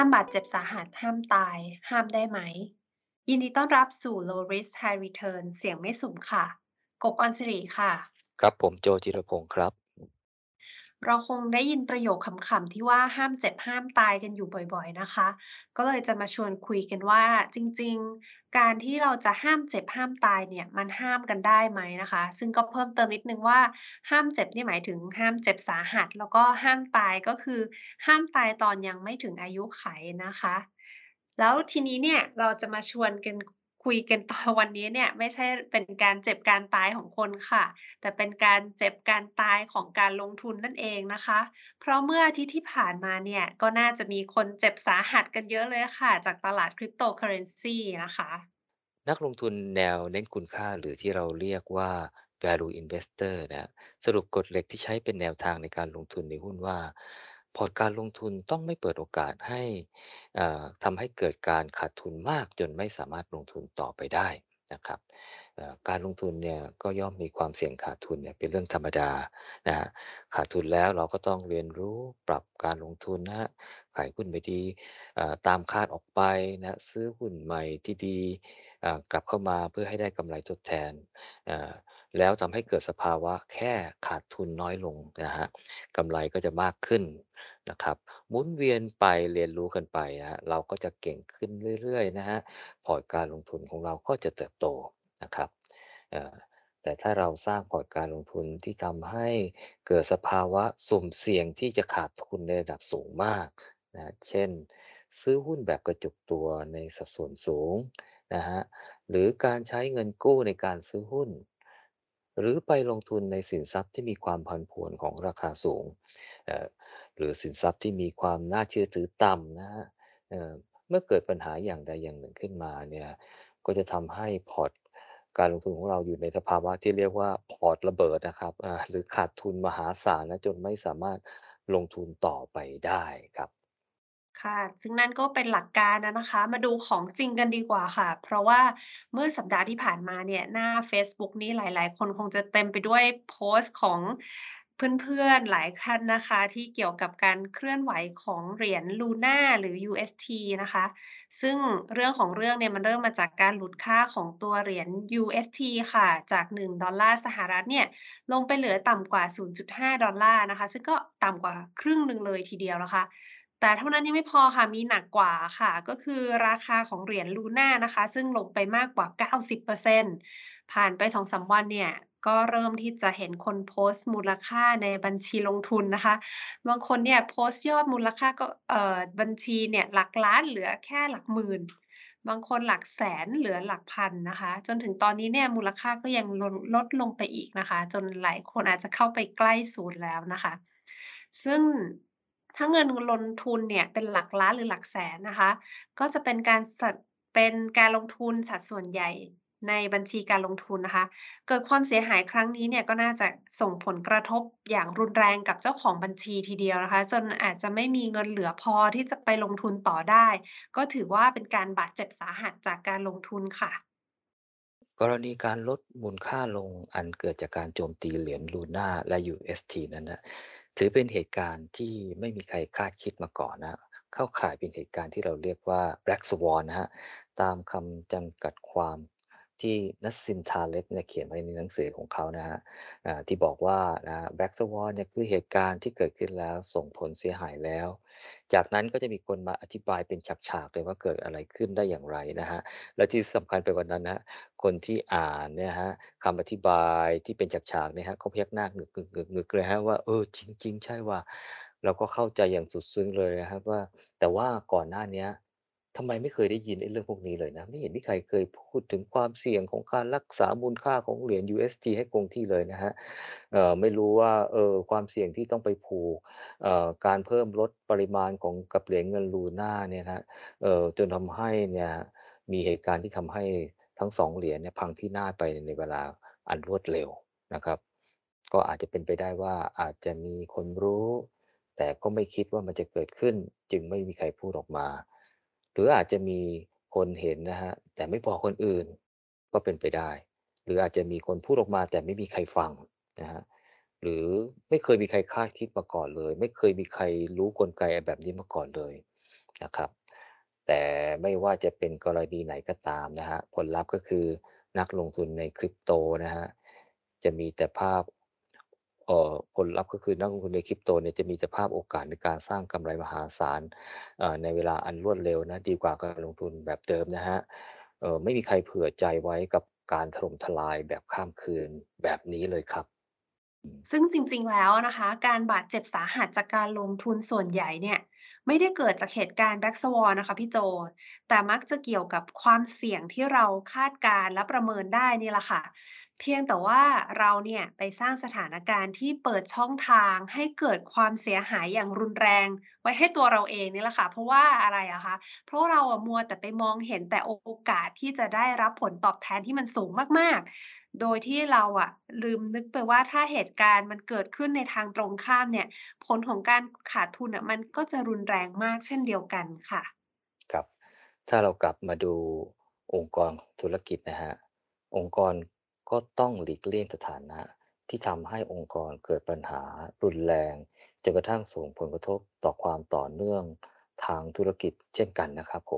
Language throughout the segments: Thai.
บาดเจ็บสาหัสห้ามตายห้ามได้ไหมยินดีต้อนรับสู่ Low Risk High Return เสี่ยงไม่สูงค่ะกบออนสิริค่ะครับผมโจจิรพงศ์ครับเราคงได้ยินประโยคขำๆที่ว่าห้ามเจ็บห้ามตายกันอยู่บ่อยๆนะคะก็เลยจะมาชวนคุยกันว่าจริงๆการที่เราจะห้ามเจ็บห้ามตายเนี่ยมันห้ามกันได้ไหมนะคะซึ่งก็เพิ่มเติมนิดนึงว่าห้ามเจ็บนี่หมายถึงห้ามเจ็บสาหัสแล้วก็ห้ามตายก็คือห้ามตายตอนยังไม่ถึงอายุไขนะคะแล้วทีนี้เนี่ยเราจะมาชวนกันคุยกันตอนวันนี้เนี่ยไม่ใช่เป็นการเจ็บการตายของคนค่ะ แต่เป็นการเจ็บการตายของการลงทุนนั่นเองนะคะ เพราะเมื่ออาทิตย์ที่ผ่านมาเนี่ยก็น่าจะมีคนเจ็บสาหัสกันเยอะเลยค่ะจากตลาด Cryptocurrency นะคะนักลงทุนแนวเน้นคุณค่าหรือที่เราเรียกว่า value investor นะสรุปกฎเหล็กที่ใช้เป็นแนวทางในการลงทุนในหุ้นว่าพอร์ตการลงทุนต้องไม่เปิดโอกาสให้ทำให้เกิดการขาดทุนมากจนไม่สามารถลงทุนต่อไปได้นะครับการลงทุนเนี่ยก็ย่อมมีความเสี่ยงขาดทุนเนี่ยเป็นเรื่องธรรมดานะฮะขาดทุนแล้วเราก็ต้องเรียนรู้ปรับการลงทุนนะฮะขายหุ้นไม่ดีตามคาดออกไปนะซื้อหุ้นใหม่ที่ดี กลับเข้ามาเพื่อให้ได้กำไรทดแทนอ่าแล้วทำให้เกิดสภาวะแค่ขาดทุนน้อยลงนะครับกำไรก็จะมากขึ้นนะครับหมุนเวียนไปเรียนรู้กันไปนะเราก็จะเก่งขึ้นเรื่อยๆนะครับพอร์ตการลงทุนของเราก็จะเติบโตนะครับเอ่อแต่ถ้าเราสร้างพอร์ตการลงทุนที่ทำให้เกิดสภาวะสุ่มเสี่ยงที่จะขาดทุนในระดับสูงมากนะเช่นซื้อหุ้นแบบกระจุกตัวในสัดส่วนสูง นะฮะหรือการใช้เงินกู้ในการซื้อหุ้นหรือไปลงทุนในสินทรัพย์ที่มีความผันผวนของราคาสูงเอ่อหรือสินทรัพย์ที่มีความน่าเชื่อถือต่ำนะฮะเมื่อเกิดปัญหาอย่างใดอย่างหนึ่งขึ้นมาเนี่ยก็จะทำให้พอร์ตการลงทุนของเราอยู่ในสภาวะที่เรียกว่าพอร์ตระเบิดนะครับหรือขาดทุนมหาศาลนะจนไม่สามารถลงทุนต่อไปได้ครับค่ะซึ่งนั่นก็เป็นหลักการนะคะมาดูของจริงกันดีกว่าค่ะเพราะว่าเมื่อสัปดาห์ที่ผ่านมาเนี่ยหน้าเฟซบุ๊กนี้หลายๆคนคงจะเต็มไปด้วยโพสต์ของเพื่อนๆหลายท่านนะคะที่เกี่ยวกับการเคลื่อนไหวของเหรียญ Luna หรือ UST นะคะซึ่งเรื่องของเรื่องเนี่ยมันเริ่มมาจากการหลุดค่าของตัวเหรียญ UST ค่ะจาก$1สหรัฐเนี่ยลงไปเหลือต่ำกว่า$0.5นะคะซึ่งก็ต่ำกว่าครึ่งหนึ่งเลยทีเดียวนะคะ แต่เท่านั้นยังไม่พอค่ะมีหนักกว่าค่ะก็คือราคาของเหรียญ Luna นะคะซึ่งลงไปมากกว่า90%ผ่านไป2-3วันเนี่ยก็เริ่มที่จะเห็นคนโพสต์มูลค่าในบัญชีลงทุนนะคะบางคนเนี่ยโพสต์ยอดมูลค่าก็บัญชีเนี่ยหลักล้านเหลือแค่หลักหมื่นบางคนหลักแสนเหลือหลักพันนะคะจนถึงตอนนี้เนี่ยมูลค่าก็ยังลดลงไปอีกนะคะจนหลายคนอาจจะเข้าไปใกล้ศูนย์แล้วนะคะซึ่ง ถ้าเงินลงทุนเนี่ยเป็นหลักล้านหรือหลักแสนนะคะก็จะเป็นการลงทุนสัดส่วนใหญ่ในบัญชีการลงทุนนะคะเกิดความเสียหายครั้งนี้เนี่ยก็น่าจะส่งผลกระทบอย่างรุนแรงกับเจ้าของบัญชีทีเดียวนะคะจนอาจจะไม่มีเงินเหลือพอที่จะไปลงทุนต่อได้ก็ถือว่าเป็นการบาดเจ็บสาหัสจากการลงทุนค่ะกรณีการลดมูลค่าลงอันเกิดจากการโจมตีเหรียญ Luna และ UST นั้นนะถือเป็นเหตุการณ์ที่ไม่มีใครคาดคิดมาก่อนนะเข้าข่ายเป็นเหตุการณ์ที่เราเรียกว่า Black Swan นะฮะตามคำจำกัดความที่ Nassim Taleb เนี่ยเขียนไว้ในหนังสือของเขานะฮะที่บอกว่าBlack Swan เนี่ยคือเหตุการณ์ที่เกิดขึ้นแล้วส่งผลเสียหายแล้วจากนั้นก็จะมีคนมาอธิบายเป็นฉากๆเลยว่าเกิดอะไรขึ้นได้อย่างไรนะฮะและที่สำคัญไปกว่านั้นนะ คนที่อ่านเนี่ยครับคำอธิบายที่เป็นฉากๆเนี่ยครับเขาพยักหน้างึกๆๆๆเลยครับว่าเออจริงๆใช่ว่ะเราก็เข้าใจอย่างสุดซึ้งเลยนะครับว่าแต่ว่าก่อนหน้าเนี้ยทำไมไม่เคยได้ยินไอ้เรื่องพวกนี้เลยนะไม่เห็นมีใครเคยพูดถึงความเสี่ยงของการรักษามูลค่าของเหรียญ UST ให้คงที่เลยนะครับไม่รู้ว่าความเสี่ยงที่ต้องไปผูกการเพิ่มลดปริมาณของกับเหรียญเงิน Luna เนี่ยนะครับจนทำให้เนี่ยมีเหตุการณ์ที่ทำให้ ทั้ง2เหรียญเนี่ยพังพินาศไปในเวลาอันรวดเร็วนะครับก็อาจจะเป็นไปได้ว่าอาจจะมีคนรู้แต่ก็ไม่คิดว่ามันจะเกิดขึ้นจึงไม่มีใครพูดออกมาหรืออาจจะมีคนเห็นนะครับแต่ไม่บอกคนอื่นก็เป็นไปได้หรืออาจจะมีคนพูดออกมาแต่ไม่มีใครฟังนะครับหรือไม่เคยมีใครคาดคิดมาก่อนเลยไม่เคยมีใครรู้กลไกแบบนี้มาก่อนเลยนะครับแต่ไม่ว่าจะเป็นกรณีไหนก็ตามนะฮะผลลัพธ์ก็คือนักลงทุนใน Crypto นะฮะจะมีแต่ภาพผลลัพธ์ก็คือนักลงทุนใน Crypto เนี่ยจะมีแต่ภาพโอกาสในการสร้างกำไรมหาศาลในเวลาอันรวดเร็วนะดีกว่าการลงทุนแบบเดิมนะฮะไม่มีใครเผื่อใจไว้กับการถล่มทลายแบบข้ามคืนแบบนี้เลยครับอืมซึ่งจริงๆแล้วนะคะการบาดเจ็บสาหัสจากการลงทุนส่วนใหญ่เนี่ยไม่ได้เกิดจากเหตุการณ์ Black Swan นะคะพี่โจแต่มักจะเกี่ยวกับความเสี่ยงที่เราคาดการณ์และประเมินได้นี่แหละค่ะเพียงแต่ว่าเราเนี่ยไปสร้างสถานการณ์ที่เปิดช่องทางให้เกิดความเสียหายอย่างรุนแรงไว้ให้ตัวเราเองนี่แหละค่ะเพราะว่าอะไรอะคะเพราะเราอะมัวแต่ไปมองเห็นแต่โอกาสที่จะได้รับผลตอบแทนที่มันสูงมากๆ โดยที่เราอะลืมนึกไปว่าถ้าเหตุการณ์มันเกิดขึ้นในทางตรงข้ามเนี่ยผลของการขาดทุนน่ะมันก็จะรุนแรงมากเช่นเดียวกันค่ะครับถ้าเรากลับมาดูองค์กรธุรกิจนะฮะองค์กรก็ต้องหลีกเลี่ยงสถานะที่ทำให้องค์กรเกิดปัญหารุนแรงจนกระทั่งส่งผลกระทบต่อความต่อเนื่องทางธุรกิจเช่นกันนะครับผม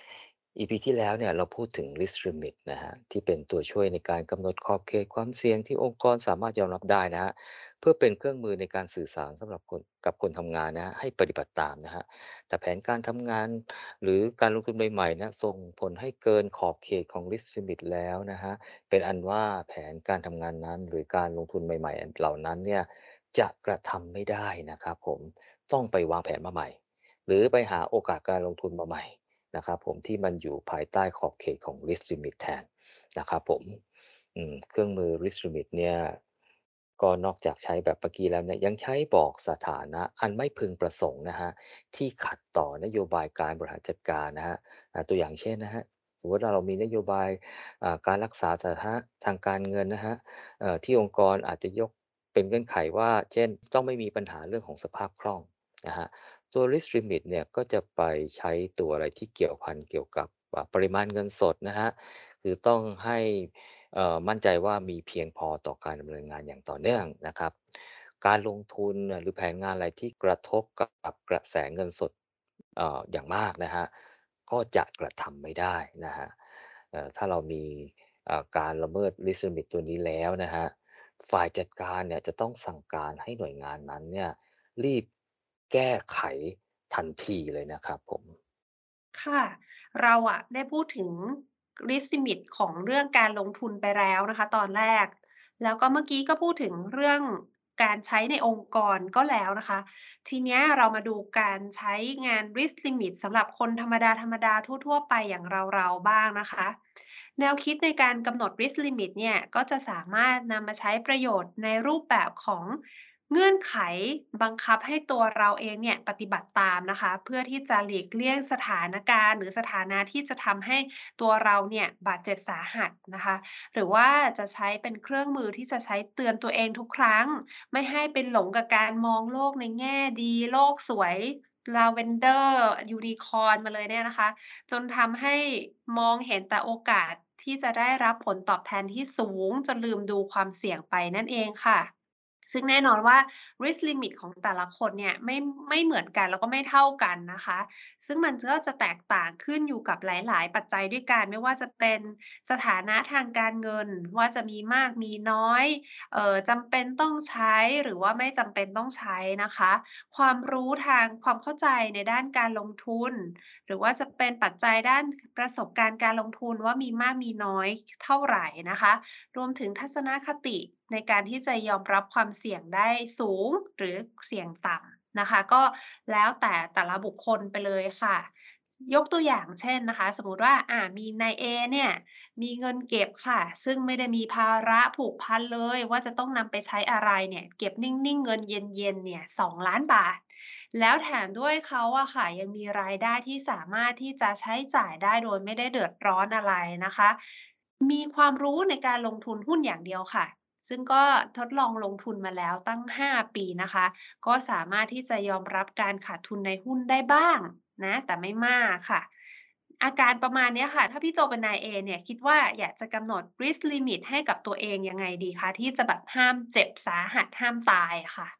EP ที่แล้วเนี่ยเราพูดถึง Risk Limit นะฮะที่เป็นตัวช่วยในการกำหนดขอบเขตความเสี่ยงที่องค์กรสามารถยอมรับได้นะฮะเพื่อเป็นเครื่องมือในการสื่อสารสำหรับคนกับคนทำงานนะฮะให้ปฏิบัติตามนะฮะแต่แผนการทำงานหรือการลงทุนใหม่ๆนะส่งผลให้เกินขอบเขตของ Risk Limit แล้วนะฮะเป็นอันว่าแผนการทำงานนั้นหรือการลงทุนใหม่ๆอันเหล่านั้นเนี่ยจะกระทำไม่ได้นะครับผมต้องไปวางแผนมาใหม่หรือไปหาโอกาสการลงทุนมาใหม่ นะครับผมที่มันอยู่ภายใต้ขอบเขตของ Risk Limit แทนนะครับผมเครื่องมือ Risk Limit เนี่ยก็นอกจากใช้แบบเมื่อกี้แล้วเนี่ยยังใช้บอกสถานะอันไม่พึงประสงค์นะฮะที่ขัดต่อนโยบายการบริหารจัดการนะฮะตัวอย่างเช่นนะฮะสมมุติว่าเรามีนโยบายการรักษาสาธารณะทางการเงินนะฮะที่องค์กรอาจจะยกเป็นเงื่อนไขว่าเช่นต้องไม่มีปัญหาเรื่องของสภาพคล่องนะฮะ ตัว risk limit เนี่ยก็จะไปใช้ตัวอะไรที่เกี่ยวพันเกี่ยวกับปริมาณเงินสดนะฮะคือต้องให้มั่นใจว่ามีเพียงพอต่อการดำเนินงานอย่างต่อเนื่องนะครับการลงทุนหรือแผนงานอะไรที่กระทบกับกระแสเงินสดอย่างมากนะฮะก็จะกระทำไม่ได้นะฮะถ้าเรามีการละเมิด risk limit ตัวนี้แล้วนะฮะฝ่ายจัดการเนี่ยจะต้องสั่งการให้หน่วยงานนั้นเนี่ย รีบแก้ไขทันทีเลยนะครับผมค่ะเราอะได้พูดถึง risk limit ของเรื่องการลงทุนไปแล้วนะคะตอนแรกแล้วก็เมื่อกี้ก็พูดถึงเรื่องการใช้ในองค์กรก็แล้วนะคะทีเนี้ยเรามาดูการใช้งาน risk limit สำหรับคนธรรมดาๆทั่วๆไปอย่างเราๆบ้างนะคะ แนวคิดในการกำหนด risk limit เนี่ยก็จะสามารถนำมาใช้ประโยชน์ในรูปแบบของเงื่อนไขบังคับให้ตัวเราเองเนี่ยปฏิบัติตามนะคะเพื่อที่จะหลีกเลี่ยงสถานการณ์หรือสถานะที่จะทำให้ตัวเราเนี่ยบาดเจ็บสาหัสนะคะหรือว่าจะใช้เป็นเครื่องมือที่จะใช้เตือนตัวเองทุกครั้งไม่ให้เป็นหลงกับการมองโลกในแง่ดีโลกสวย Lavender Unicorn มาเลยเนี่ยนะคะ จนทำให้มองเห็นแต่โอกาสที่จะได้รับผลตอบแทนที่สูงจนลืมดูความเสี่ยงไปนั่นเองค่ะซึ่งแน่นอนว่า risk limit ของแต่ละคนเนี่ยไม่เหมือนกันแล้วก็ไม่เท่ากันนะคะซึ่งมันก็จะแตกต่างขึ้นอยู่กับหลายๆปัจจัยด้วยกันไม่ว่าจะเป็นสถานะทางการเงินว่าจะมีมากมีน้อยจำเป็นต้องใช้หรือว่าไม่จำเป็นต้องใช้นะคะความรู้ทางความเข้าใจในด้านการลงทุน หรือว่าจะเป็นปัจจัยด้านประสบการณ์การลงทุนว่ามีมากมีน้อยเท่าไรนะคะรวมถึงทัศนคติในการที่จะยอมรับความเสี่ยงได้สูงหรือเสี่ยงต่ำนะคะก็แล้วแต่ละบุคคลไปเลยค่ะยกตัวอย่างเช่นนะคะสมมุติว่ามีนายเอเนี่ยมีเงินเก็บค่ะซึ่งไม่ได้มีภาระผูกพันเลยว่าจะต้องนำไปใช้อะไรเนี่ยเก็บนิ่งๆเงินเย็นๆเนี่ย2,000,000 บาท แล้วแถมด้วยเขาอะค่ะยังมีรายได้ที่สามารถที่จะใช้จ่ายได้โดยไม่ได้เดือดร้อนอะไรนะคะมีความรู้ในการลงทุนหุ้นอย่างเดียวค่ะซึ่งก็ทดลองลงทุนมาแล้วตั้ง5ปีนะคะก็สามารถที่จะยอมรับการขาดทุนในหุ้นได้บ้างนะแต่ไม่มากค่ะอาการประมาณเนี้ยค่ะถ้าพี่โจเป็นนายเอเนี่ยคิดว่าอยากจะกำหนด risk limit ให้กับตัวเองยังไงดีคะที่จะแบบห้ามเจ็บสาหัสห้ามตายอะค่ะ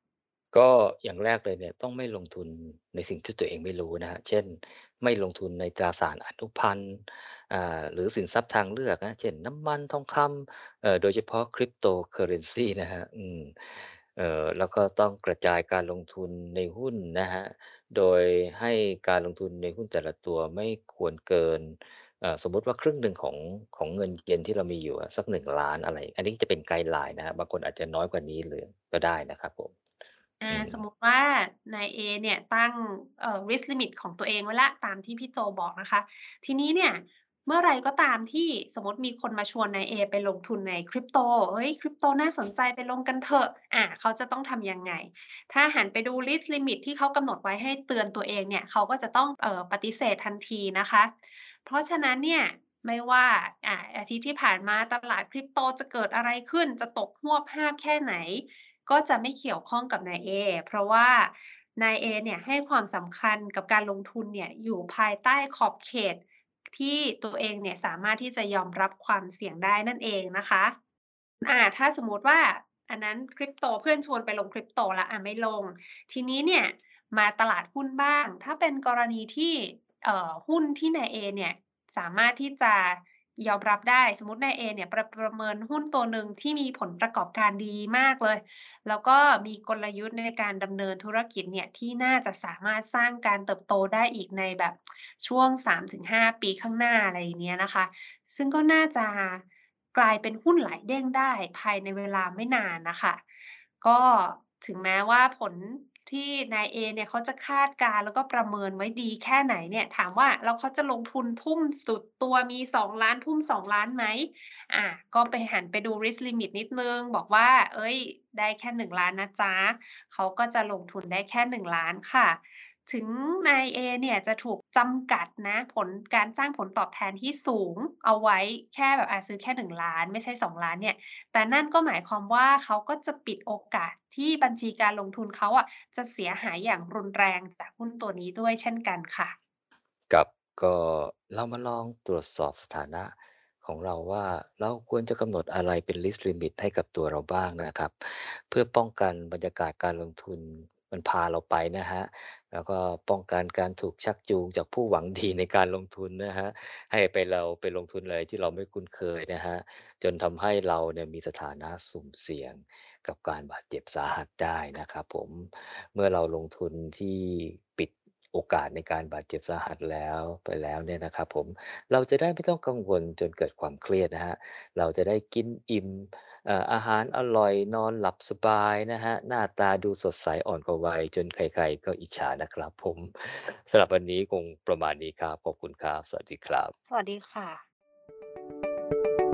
ก็อย่างแรกเลยเนี่ยต้องไม่ลงทุนในสิ่งที่ตัวเองไม่รู้นะครับเช่นไม่ลงทุนในตราสารอนุพันธ์หรือสินทรัพย์ทางเลือกนะเช่นน้ำมันทองคำโดยเฉพาะ Cryptocurrency นะครับแล้วก็ต้องกระจายการลงทุนในหุ้นนะครับโดยให้การลงทุนในหุ้นแต่ละตัวไม่ควรเกินสมมุติว่าครึ่งหนึ่งของเงินเย็นที่เรามีอยู่อะสัก1,000,000อะไรอันนี้จะเป็นไกด์ไลน์นะครับบางคนอาจจะน้อยกว่านี้เลยก็ได้นะครับผมอืมสมมุติว่านายเอเนี่ยตั้งrisk limit ของตัวเองไว้แล้วตามที่พี่โจบอกนะคะทีนี้เนี่ยเมื่อไรก็ตามที่สมมุติมีคนมาชวนนายเอไปลงทุนใน Crypto เฮ้ย Crypto น่าสนใจไปลงกันเถอะเขาจะต้องทำยังไงถ้าหันไปดู risk limit ที่เขากำหนดไว้ให้เตือนตัวเองเนี่ยเขาก็จะต้องปฏิเสธทันทีนะคะเพราะฉะนั้นเนี่ยไม่ว่าอาทิตย์ที่ผ่านมาตลาด Crypto จะเกิดอะไรขึ้นจะตกฮวบหาบแค่ไหน ก็จะไม่เกี่ยวข้องกับนายเอเพราะว่านายเอเนี่ยให้ความสำคัญกับการลงทุนเนี่ยอยู่ภายใต้ขอบเขตที่ตัวเองเนี่ยสามารถที่จะยอมรับความเสี่ยงได้นั่นเองนะคะถ้าสมมุติว่าอันนั้น Crypto เพื่อนชวนไปลง Crypto แล้วไม่ลงทีนี้เนี่ยมาตลาดหุ้นบ้างถ้าเป็นกรณีที่หุ้นที่นายเอเนี่ยสามารถที่จะยอมรับได้สมมุตินายเอเนี่ยประเมินหุ้นตัวหนึ่งที่มีผลประกอบการดีมากเลย แล้วก็มีกลยุทธ์ในการดำเนินธุรกิจเนี่ยที่น่าจะสามารถสร้างการเติบโตได้อีกในแบบช่วง3-5ปีข้างหน้าอะไรอย่างเงี้ยนะคะซึ่งก็น่าจะกลายเป็นหุ้นหลายเด้งได้ภายในเวลาไม่นานน่ะค่ะก็ถึงแม้ว่าผลที่นายเอเนี่ยเขาจะคาดการณ์แล้วก็ประเมินไว้ดีแค่ไหนเนี่ยถามว่าแล้วเขาจะลงทุนทุ่มสุดตัวมี2,000,000ทุ่ม2,000,000ไหม อาก็ไปหันไปดู risk limit นิดหนึ่งบอกว่าเฮ้ยได้แค่1,000,000นะจ๊ะเขาก็จะลงทุนได้แค่1,000,000ค่ะถึงนายเอเนี่ยจะถูกจำกัดนะผลการสร้างผลตอบแทนที่สูงเอาไว้แค่แบบซื้อแค่1,000,000ไม่ใช่2,000,000เนี่ยแต่นั่นก็หมายความว่าเขาก็จะปิดโอกาสที่บัญชีการลงทุนเขาอะจะเสียหายอย่างรุนแรงจากหุ้นตัวนี้ด้วยเช่นกันค่ะกับก็เรามาลองตรวจสอบสถานะของเราว่าเราควรจะกำหนดอะไรเป็น Risk Limit ให้กับตัวเราบ้างนะครับเพื่อป้องกันบรรยากาศการลงทุนมันพาเราไปนะครับแล้วก็ป้องกันการถูกชักจูงจากผู้หวังดีในการลงทุนนะครับให้เราไปลงทุนอะไรที่เราไม่คุ้นเคยนะครับจนทำให้เราเนี่ยมีสถานะสุ่มเสี่ยงกับการบาดเจ็บสาหัสได้นะครับผมเมื่อเราลงทุนที่ปิด โอกาสในการบาดเจ็บสาหัสแล้วไปแล้วเนี่ยนะครับผมเราจะได้ไม่ต้องกังวลจนเกิดความเครียดนะครับเราจะได้กินอิ่มอาหารอร่อยนอนหลับสบายนะครับหน้าตาดูสดใสอ่อนกว่าวัยจนใครๆก็อิจฉานะครับผมสำหรับวันนี้คงประมาณนี้ครับขอบคุณครับสวัสดีครับสวัสดีค่ะ